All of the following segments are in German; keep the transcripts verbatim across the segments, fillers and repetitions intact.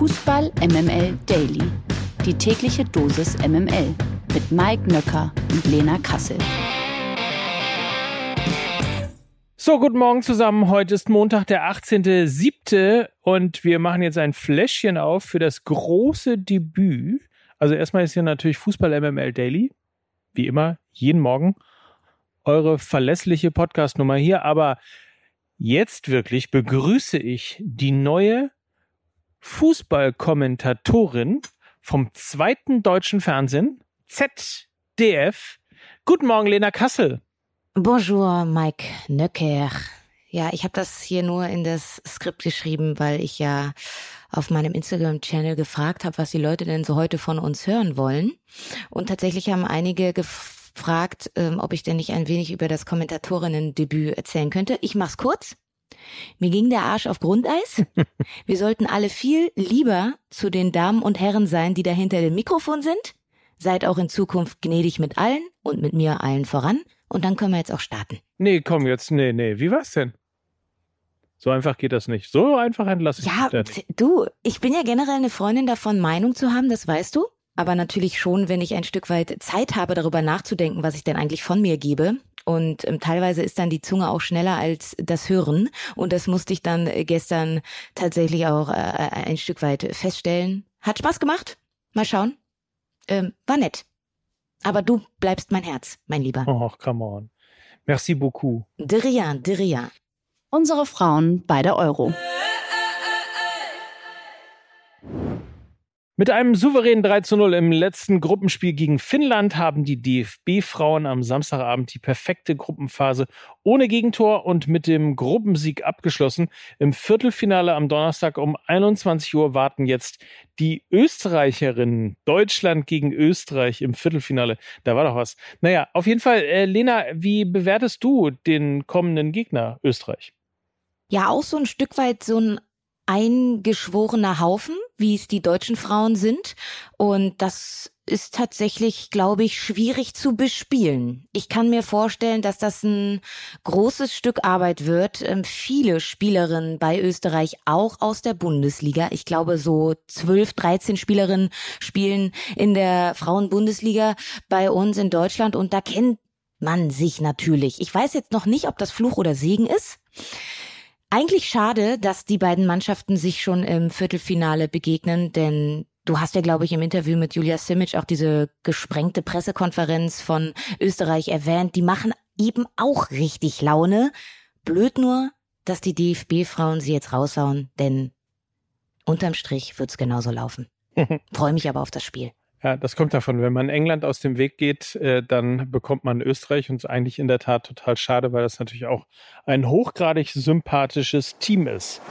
Fußball M M L Daily. Die tägliche Dosis M M L mit Mike Nöcker und Lena Kassel. So, guten Morgen zusammen. Heute ist Montag, der achtzehnter siebter und wir machen jetzt ein Fläschchen auf für das große Debüt. Also erstmal ist hier natürlich Fußball M M L Daily. Wie immer, jeden Morgen eure verlässliche Podcast-Nummer hier. Aber jetzt wirklich begrüße ich die neue Fußballkommentatorin vom zweiten deutschen Fernsehen, Z D F. Guten Morgen, Lena Kassel. Bonjour, Mike Nöcker. Ja, ich habe das hier nur in das Skript geschrieben, weil ich ja auf meinem Instagram-Channel gefragt habe, was die Leute denn so heute von uns hören wollen. Und tatsächlich haben einige gefragt, ähm, ob ich denn nicht ein wenig über das Kommentatorinnen-Debüt erzählen könnte. Ich mach's kurz. Mir ging der Arsch auf Grundeis. Wir sollten alle viel lieber zu den Damen und Herren sein, die da hinter dem Mikrofon sind. Seid auch in Zukunft gnädig mit allen und mit mir allen voran. Und dann können wir jetzt auch starten. Nee, komm jetzt, nee, nee. Wie war's denn? So einfach geht das nicht. So einfach entlasse ich Ja, dich. du, ich bin ja generell eine Freundin davon, Meinung zu haben, das weißt du. Aber natürlich schon, wenn ich ein Stück weit Zeit habe, darüber nachzudenken, was ich denn eigentlich von mir gebe. Und ähm, teilweise ist dann die Zunge auch schneller als das Hören. Und das musste ich dann gestern tatsächlich auch äh, ein Stück weit feststellen. Hat Spaß gemacht. Mal schauen. Ähm, war nett. Aber du bleibst mein Herz, mein Lieber. Oh, come on. Merci beaucoup. De rien, de rien. Unsere Frauen bei der Euro. Mit einem souveränen drei zu null im letzten Gruppenspiel gegen Finnland haben die D F B-Frauen am Samstagabend die perfekte Gruppenphase ohne Gegentor und mit dem Gruppensieg abgeschlossen. Im Viertelfinale am Donnerstag um einundzwanzig Uhr warten jetzt die Österreicherinnen. Deutschland gegen Österreich im Viertelfinale. Da war doch was. Naja, auf jeden Fall, äh, Lena, wie bewertest du den kommenden Gegner Österreich? Ja, auch so ein Stück weit so ein eingeschworener Haufen, wie es die deutschen Frauen sind. Und das ist tatsächlich, glaube ich, schwierig zu bespielen. Ich kann mir vorstellen, dass das ein großes Stück Arbeit wird. Ähm, viele Spielerinnen bei Österreich, auch aus der Bundesliga. Ich glaube, so zwölf, dreizehn Spielerinnen spielen in der Frauenbundesliga bei uns in Deutschland. Und da kennt man sich natürlich. Ich weiß jetzt noch nicht, ob das Fluch oder Segen ist. Eigentlich schade, dass die beiden Mannschaften sich schon im Viertelfinale begegnen, denn du hast ja, glaube ich, im Interview mit Julia Simic auch diese gesprengte Pressekonferenz von Österreich erwähnt. Die machen eben auch richtig Laune. Blöd nur, dass die D F B-Frauen sie jetzt raushauen, denn unterm Strich wird's genauso laufen. Freue mich aber auf das Spiel. Ja, das kommt davon, wenn man England aus dem Weg geht, äh, dann bekommt man Österreich und eigentlich in der Tat total schade, weil das natürlich auch ein hochgradig sympathisches Team ist.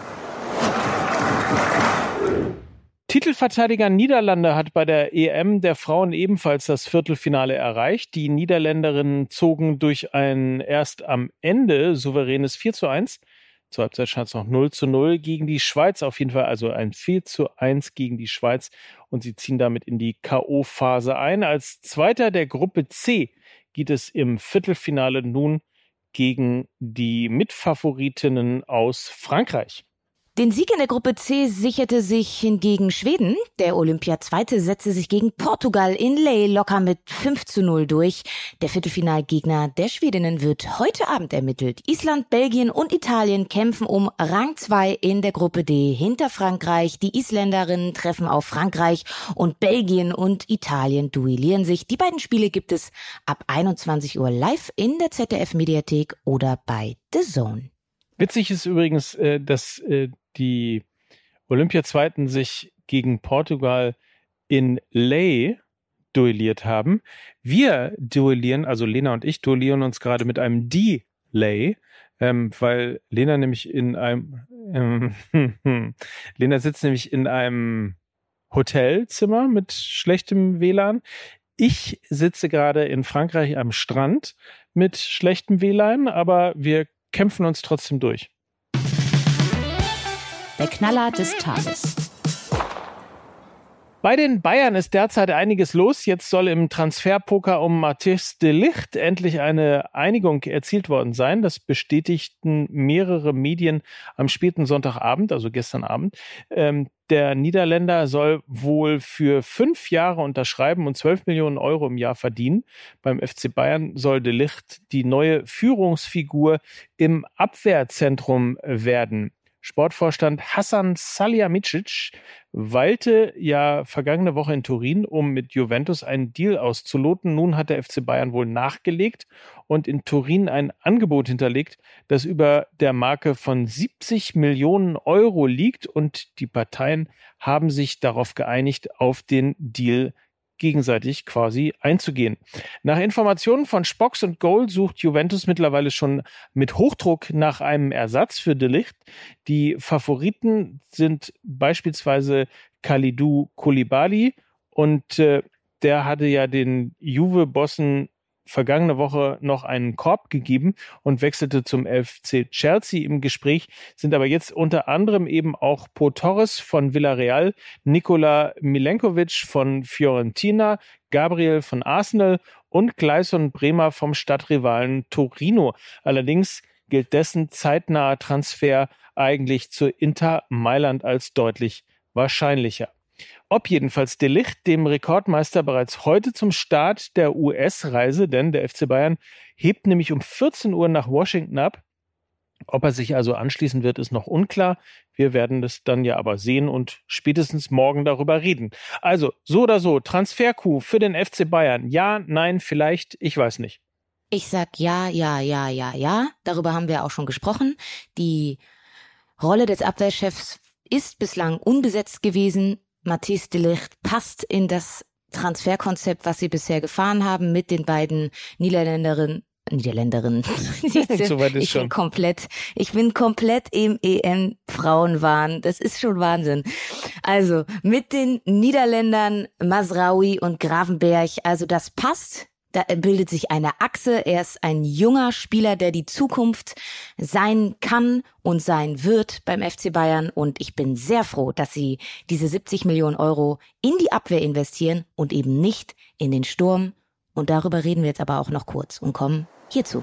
Titelverteidiger Niederlande hat bei der E M der Frauen ebenfalls das Viertelfinale erreicht. Die Niederländerinnen zogen durch ein erst am Ende souveränes vier zu eins. Zur Halbzeit stand es noch null zu null gegen die Schweiz, auf jeden Fall also ein vier zu eins gegen die Schweiz und sie ziehen damit in die K O-Phase ein. Als Zweiter der Gruppe C geht es im Viertelfinale nun gegen die Mitfavoritinnen aus Frankreich. Den Sieg in der Gruppe C sicherte sich hingegen Schweden. Der Olympia-Zweite setzte sich gegen Portugal in Ley locker mit fünf zu null durch. Der Viertelfinalgegner der Schwedinnen wird heute Abend ermittelt. Island, Belgien und Italien kämpfen um Rang zwei in der Gruppe D hinter Frankreich. Die Isländerinnen treffen auf Frankreich und Belgien und Italien duellieren sich. Die beiden Spiele gibt es ab einundzwanzig Uhr live in der Z D F-Mediathek oder bei The Zone. Witzig ist übrigens, dass die Olympia-Zweiten sich gegen Portugal in Ley duelliert haben. Wir duellieren, also Lena und ich duellieren uns gerade mit einem Delay, ähm, weil Lena nämlich in einem ähm, Lena sitzt nämlich in einem Hotelzimmer mit schlechtem W L A N. Ich sitze gerade in Frankreich am Strand mit schlechtem W L A N, aber wir kämpfen uns trotzdem durch. Der Knaller des Tages. Bei den Bayern ist derzeit einiges los. Jetzt soll im Transferpoker um Matthijs de Ligt endlich eine Einigung erzielt worden sein. Das bestätigten mehrere Medien am späten Sonntagabend, also gestern Abend. Ähm, der Niederländer soll wohl für fünf Jahre unterschreiben und zwölf Millionen Euro im Jahr verdienen. Beim F C Bayern soll de Ligt die neue Führungsfigur im Abwehrzentrum werden. Sportvorstand Hasan Salihamidzic weilte ja vergangene Woche in Turin, um mit Juventus einen Deal auszuloten. Nun hat der F C Bayern wohl nachgelegt und in Turin ein Angebot hinterlegt, das über der Marke von siebzig Millionen Euro liegt, und die Parteien haben sich darauf geeinigt, auf den Deal gegenseitig quasi einzugehen. Nach Informationen von Spox und Goal sucht Juventus mittlerweile schon mit Hochdruck nach einem Ersatz für de Ligt. Die Favoriten sind beispielsweise Kalidou Koulibaly, und äh, der hatte ja den Juve-Bossen vergangene Woche noch einen Korb gegeben und wechselte zum F C Chelsea. Im Gespräch sind aber jetzt unter anderem eben auch Pau Torres von Villarreal, Nikola Milenkovic von Fiorentina, Gabriel von Arsenal und Gleison Bremer vom Stadtrivalen Torino. Allerdings gilt dessen zeitnaher Transfer eigentlich zu Inter Mailand als deutlich wahrscheinlicher. Ob jedenfalls de Ligt dem Rekordmeister bereits heute zum Start der U S-Reise, denn der F C Bayern hebt nämlich um vierzehn Uhr nach Washington ab. Ob er sich also anschließen wird, ist noch unklar. Wir werden das dann ja aber sehen und spätestens morgen darüber reden. Also, so oder so, Transfer-Coup für den F C Bayern. Ja, nein, vielleicht, ich weiß nicht. Ich sag ja, ja, ja, ja, ja. Darüber haben wir auch schon gesprochen. Die Rolle des Abwehrchefs ist bislang unbesetzt gewesen. Matthijs de Ligt passt in das Transferkonzept, was sie bisher gefahren haben, mit den beiden Niederländerinnen. Niederländerinnen. So weit ist ich schon. bin komplett, ich bin komplett im E M-Frauenwahn. Das ist schon Wahnsinn. Also mit den Niederländern Mazraoui und Gravenberch, also das passt. Da bildet sich eine Achse. Er ist ein junger Spieler, der die Zukunft sein kann und sein wird beim F C Bayern. Und ich bin sehr froh, dass sie diese siebzig Millionen Euro in die Abwehr investieren und eben nicht in den Sturm. Und darüber reden wir jetzt aber auch noch kurz und kommen hierzu.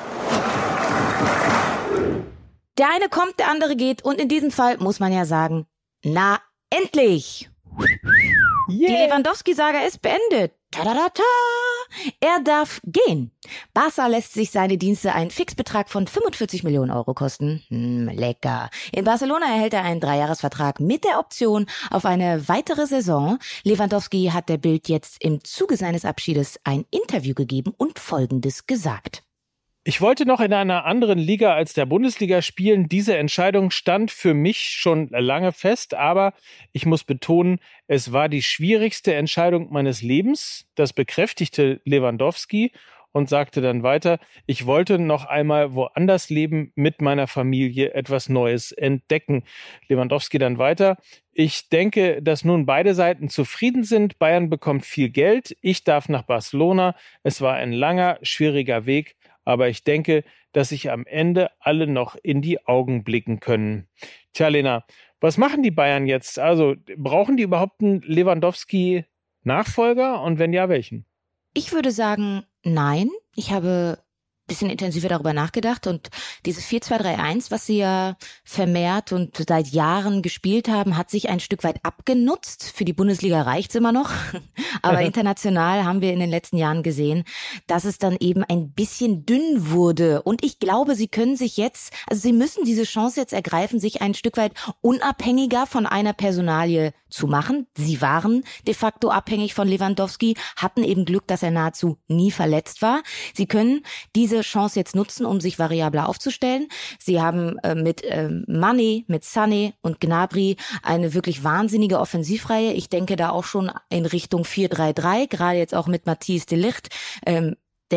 Der eine kommt, der andere geht. Und in diesem Fall muss man ja sagen, na, endlich! Yeah. Die Lewandowski-Saga ist beendet. Ta-da-da-ta! Er darf gehen. Barca lässt sich seine Dienste einen Fixbetrag von fünfundvierzig Millionen Euro kosten. Hm, lecker. In Barcelona erhält er einen Dreijahresvertrag mit der Option auf eine weitere Saison. Lewandowski hat der Bild jetzt im Zuge seines Abschiedes ein Interview gegeben und Folgendes gesagt. Ich wollte noch in einer anderen Liga als der Bundesliga spielen. Diese Entscheidung stand für mich schon lange fest, aber ich muss betonen, es war die schwierigste Entscheidung meines Lebens. Das bekräftigte Lewandowski und sagte dann weiter, ich wollte noch einmal woanders leben, mit meiner Familie etwas Neues entdecken. Lewandowski dann weiter, ich denke, dass nun beide Seiten zufrieden sind. Bayern bekommt viel Geld, ich darf nach Barcelona. Es war ein langer, schwieriger Weg. Aber ich denke, dass sich am Ende alle noch in die Augen blicken können. Tja, Lena, was machen die Bayern jetzt? Also brauchen die überhaupt einen Lewandowski-Nachfolger? Und wenn ja, welchen? Ich würde sagen, nein. Ich habe ein bisschen intensiver darüber nachgedacht und dieses vier zwei drei eins, was sie ja vermehrt und seit Jahren gespielt haben, hat sich ein Stück weit abgenutzt. Für die Bundesliga reicht's immer noch, aber international haben wir in den letzten Jahren gesehen, dass es dann eben ein bisschen dünn wurde und ich glaube, sie können sich jetzt, also sie müssen diese Chance jetzt ergreifen, sich ein Stück weit unabhängiger von einer Personalie zu machen. Sie waren de facto abhängig von Lewandowski, hatten eben Glück, dass er nahezu nie verletzt war. Sie können diese Chance jetzt nutzen, um sich variabler aufzustellen. Sie haben äh, mit äh, Mané, mit Sané und Gnabry eine wirklich wahnsinnige Offensivreihe. Ich denke da auch schon in Richtung vier drei drei, gerade jetzt auch mit Matthijs de Ligt, ähm, der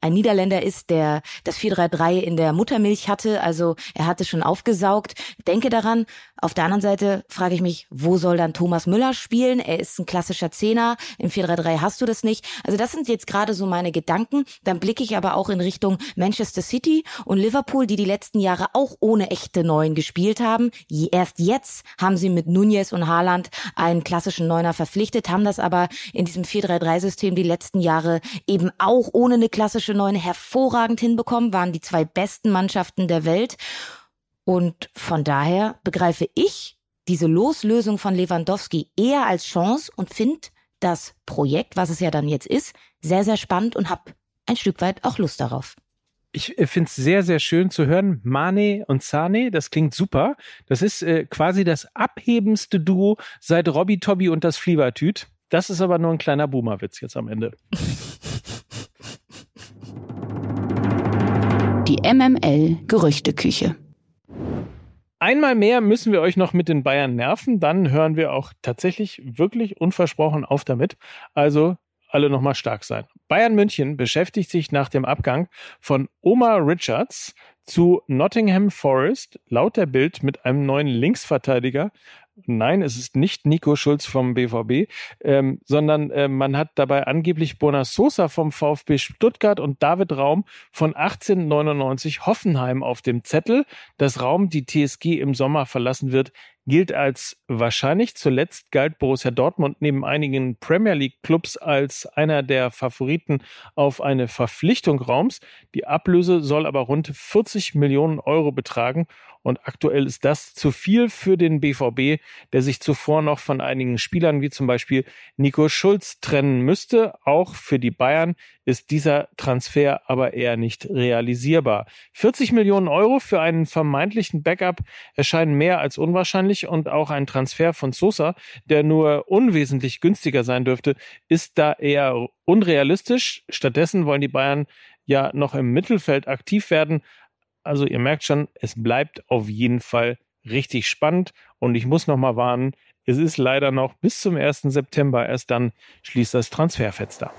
ein Niederländer ist, der das vier drei drei in der Muttermilch hatte, also er hatte schon aufgesaugt. Denke daran, auf der anderen Seite frage ich mich, wo soll dann Thomas Müller spielen? Er ist ein klassischer Zehner, im vier drei drei hast du das nicht. Also das sind jetzt gerade so meine Gedanken. Dann blicke ich aber auch in Richtung Manchester City und Liverpool, die die letzten Jahre auch ohne echte Neuen gespielt haben. Erst jetzt haben sie mit Nunez und Haaland einen klassischen Neuner verpflichtet, haben das aber in diesem vier drei drei System die letzten Jahre eben auch ohne eine klassische Neun hervorragend hinbekommen, waren die zwei besten Mannschaften der Welt. Und von daher begreife ich diese Loslösung von Lewandowski eher als Chance und finde das Projekt, was es ja dann jetzt ist, sehr, sehr spannend und habe ein Stück weit auch Lust darauf. Ich finde es sehr, sehr schön zu hören. Mane und Sané, das klingt super. Das ist äh, quasi das abhebendste Duo seit Robby Tobby und das Flievertüt. Das ist aber nur ein kleiner Boomerwitz jetzt am Ende. Die M M L-Gerüchteküche. Einmal mehr müssen wir euch noch mit den Bayern nerven, dann hören wir auch tatsächlich wirklich unversprochen auf damit. Also alle nochmal stark sein. Bayern München beschäftigt sich nach dem Abgang von Omar Richards zu Nottingham Forest laut der Bild mit einem neuen Linksverteidiger. Nein, es ist nicht Nico Schulz vom B V B, ähm, sondern äh, man hat dabei angeblich Borna Sosa vom VfB Stuttgart und David Raum von achtzehnhundertneunundneunzig Hoffenheim auf dem Zettel. Dass Raum die T S G im Sommer verlassen wird, gilt als wahrscheinlich. Zuletzt galt Borussia Dortmund neben einigen Premier League Clubs als einer der Favoriten auf eine Verpflichtung Raums. Die Ablöse soll aber rund vierzig Millionen Euro betragen. Und aktuell ist das zu viel für den B V B, der sich zuvor noch von einigen Spielern wie zum Beispiel Nico Schulz trennen müsste. Auch für die Bayern ist dieser Transfer aber eher nicht realisierbar. vierzig Millionen Euro für einen vermeintlichen Backup erscheinen mehr als unwahrscheinlich und auch ein Transfer von Sosa, der nur unwesentlich günstiger sein dürfte, ist da eher unrealistisch. Stattdessen wollen die Bayern ja noch im Mittelfeld aktiv werden. Also ihr merkt schon, es bleibt auf jeden Fall richtig spannend und ich muss noch mal warnen, es ist leider noch bis zum ersten September, erst dann schließt das Transferfenster.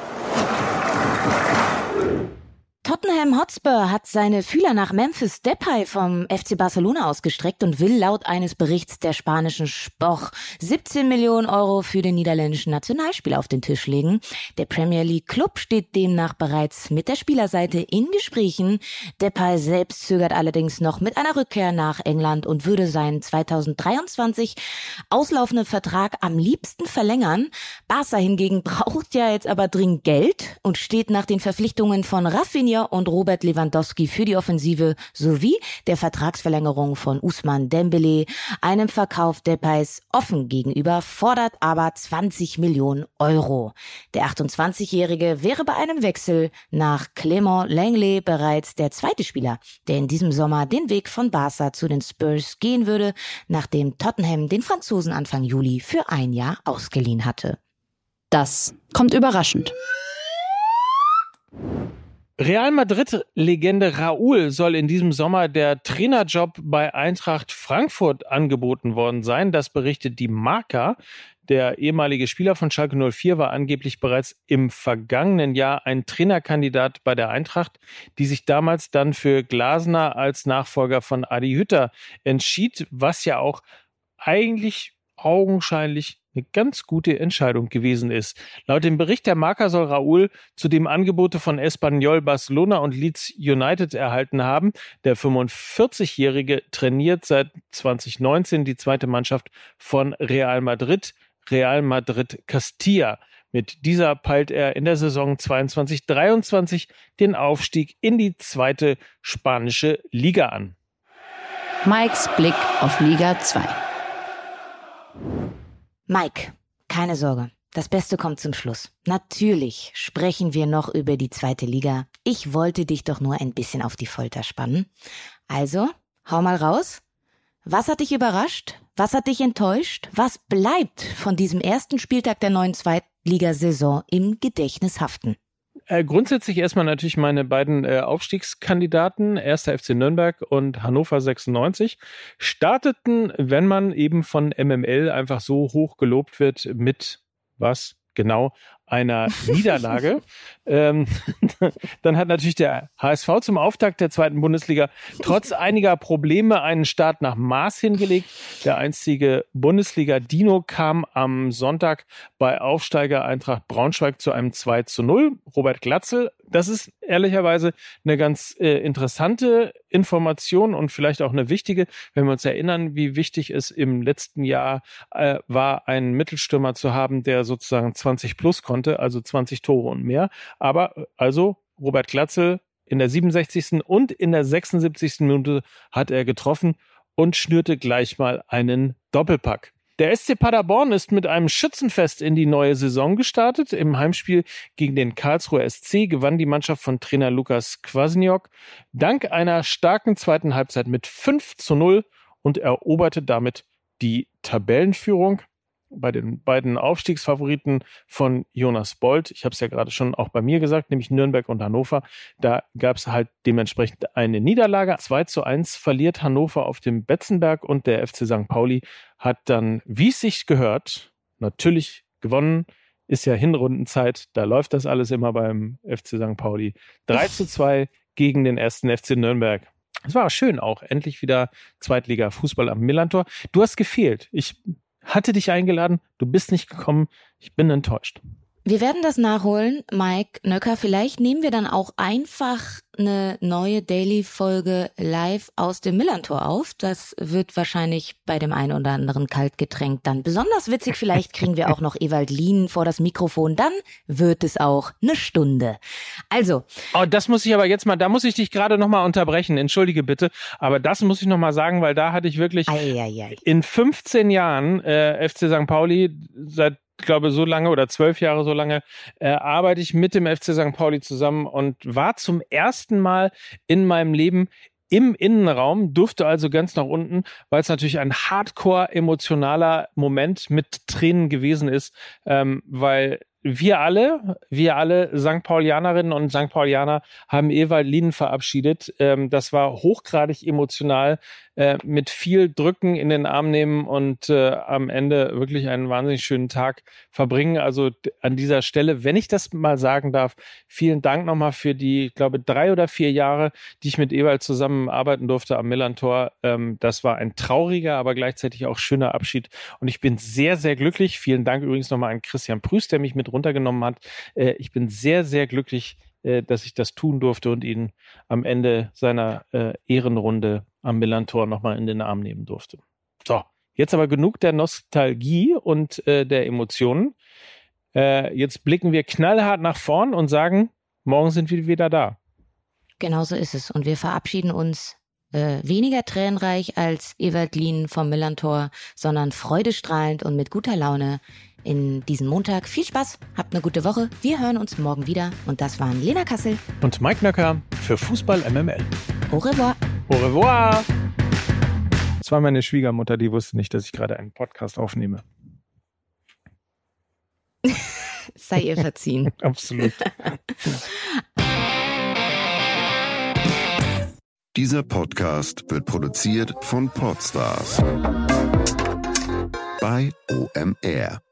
Tottenham Hotspur hat seine Fühler nach Memphis Depay vom F C Barcelona ausgestreckt und will laut eines Berichts der spanischen Sport siebzehn Millionen Euro für den niederländischen Nationalspieler auf den Tisch legen. Der Premier League Club steht demnach bereits mit der Spielerseite in Gesprächen. Depay selbst zögert allerdings noch mit einer Rückkehr nach England und würde seinen zweitausenddreiundzwanzig auslaufenden Vertrag am liebsten verlängern. Barca hingegen braucht ja jetzt aber dringend Geld und steht nach den Verpflichtungen von Rafinha und Robert Lewandowski für die Offensive sowie der Vertragsverlängerung von Ousmane Dembélé einem Verkauf Depays offen gegenüber, fordert aber zwanzig Millionen Euro. Der achtundzwanzigjährige wäre bei einem Wechsel nach Clément Lenglet bereits der zweite Spieler, der in diesem Sommer den Weg von Barca zu den Spurs gehen würde, nachdem Tottenham den Franzosen Anfang Juli für ein Jahr ausgeliehen hatte. Das kommt überraschend. Real Madrid-Legende Raúl soll in diesem Sommer der Trainerjob bei Eintracht Frankfurt angeboten worden sein. Das berichtet die Marca. Der ehemalige Spieler von Schalke null vier war angeblich bereits im vergangenen Jahr ein Trainerkandidat bei der Eintracht, die sich damals dann für Glasner als Nachfolger von Adi Hütter entschied, was ja auch eigentlich augenscheinlich eine ganz gute Entscheidung gewesen ist. Laut dem Bericht der Marca soll Raúl zudem Angebote von Espanyol, Barcelona und Leeds United erhalten haben. Der fünfundvierzigjährige trainiert seit zweitausendneunzehn die zweite Mannschaft von Real Madrid, Real Madrid Castilla. Mit dieser peilt er in der Saison zweiundzwanzig dreiundzwanzig den Aufstieg in die zweite spanische Liga an. Mikes Blick auf Liga zwei. Mike, keine Sorge, das Beste kommt zum Schluss. Natürlich sprechen wir noch über die zweite Liga. Ich wollte dich doch nur ein bisschen auf die Folter spannen. Also, hau mal raus. Was hat dich überrascht? Was hat dich enttäuscht? Was bleibt von diesem ersten Spieltag der neuen Zweitligasaison im Gedächtnis haften? Äh, grundsätzlich erstmal natürlich meine beiden äh, Aufstiegskandidaten, erster F C Nürnberg und Hannover sechsundneunzig, starteten, wenn man eben von M M L einfach so hoch gelobt wird, mit was? Genau, einer Niederlage. ähm, dann hat natürlich der H S V zum Auftakt der zweiten Bundesliga trotz einiger Probleme einen Start nach Maß hingelegt. Der einstige Bundesliga-Dino kam am Sonntag bei Aufsteiger Eintracht Braunschweig zu einem zwei zu null. Robert Glatzel, das ist ehrlicherweise eine ganz äh, interessante Information und vielleicht auch eine wichtige, wenn wir uns erinnern, wie wichtig es im letzten Jahr äh, war, einen Mittelstürmer zu haben, der sozusagen zwanzig plus konnte, also zwanzig Tore und mehr. Aber also Robert Glatzel in der siebenundsechzigsten und in der sechsundsiebzigsten Minute hat er getroffen und schnürte gleich mal einen Doppelpack. Der S C Paderborn ist mit einem Schützenfest in die neue Saison gestartet. Im Heimspiel gegen den Karlsruher S C gewann die Mannschaft von Trainer Lukas Kwasniok dank einer starken zweiten Halbzeit mit fünf zu null und eroberte damit die Tabellenführung. Bei den beiden Aufstiegsfavoriten von Jonas Bold, ich habe es ja gerade schon auch bei mir gesagt, nämlich Nürnberg und Hannover, da gab es halt dementsprechend eine Niederlage. zwei zu eins verliert Hannover auf dem Betzenberg und der F C Sankt Pauli hat dann, wie es sich gehört, natürlich gewonnen. Ist ja Hinrundenzeit, da läuft das alles immer beim F C Sankt Pauli. drei zu zwei gegen den ersten F C Nürnberg. Es war schön auch, endlich wieder Zweitliga-Fußball am Millantor. Du hast gefehlt. Ich hatte dich eingeladen, du bist nicht gekommen, ich bin enttäuscht. Wir werden das nachholen, Mike Nöcker. Vielleicht nehmen wir dann auch einfach eine neue Daily-Folge live aus dem Millantor auf. Das wird wahrscheinlich bei dem einen oder anderen Kaltgetränk dann besonders witzig. Vielleicht kriegen wir auch noch Ewald Lien vor das Mikrofon. Dann wird es auch eine Stunde. Also. Oh, das muss ich aber jetzt mal, da muss ich dich gerade nochmal unterbrechen. Entschuldige bitte. Aber das muss ich nochmal sagen, weil da hatte ich wirklich ei, ei, ei. in fünfzehn Jahren äh, F C Sankt Pauli seit Ich glaube, so lange oder zwölf Jahre so lange äh, arbeite ich mit dem F C Sankt Pauli zusammen und war zum ersten Mal in meinem Leben im Innenraum, durfte also ganz nach unten, weil es natürlich ein hardcore-emotionaler Moment mit Tränen gewesen ist, ähm, weil wir alle, wir alle Sankt Paulianerinnen und Sankt Paulianer haben Ewald Lien verabschiedet. Ähm, das war hochgradig emotional, äh, mit viel Drücken in den Arm nehmen und äh, am Ende wirklich einen wahnsinnig schönen Tag verbringen. Also d- an dieser Stelle, wenn ich das mal sagen darf, vielen Dank nochmal für die, ich glaube, drei oder vier Jahre, die ich mit Ewald zusammen arbeiten durfte am Millantor. Ähm, das war ein trauriger, aber gleichzeitig auch schöner Abschied und ich bin sehr, sehr glücklich. Vielen Dank übrigens nochmal an Christian Prüß, der mich mit runtergenommen hat. Äh, ich bin sehr, sehr glücklich, äh, dass ich das tun durfte und ihn am Ende seiner äh, Ehrenrunde am Millantor nochmal in den Arm nehmen durfte. So, jetzt aber genug der Nostalgie und äh, der Emotionen. Äh, jetzt blicken wir knallhart nach vorn und sagen, morgen sind wir wieder da. Genauso ist es. Und wir verabschieden uns äh, weniger tränenreich als Ewald Lien vom Millantor, sondern freudestrahlend und mit guter Laune in diesem Montag. Viel Spaß, habt eine gute Woche. Wir hören uns morgen wieder. Und das waren Lena Kassel und Mike Nöcker für Fußball M M L. Au revoir. Au revoir. Das war meine Schwiegermutter, die wusste nicht, dass ich gerade einen Podcast aufnehme. Sei ihr verziehen. Absolut. Dieser Podcast wird produziert von Podstars bei O M R.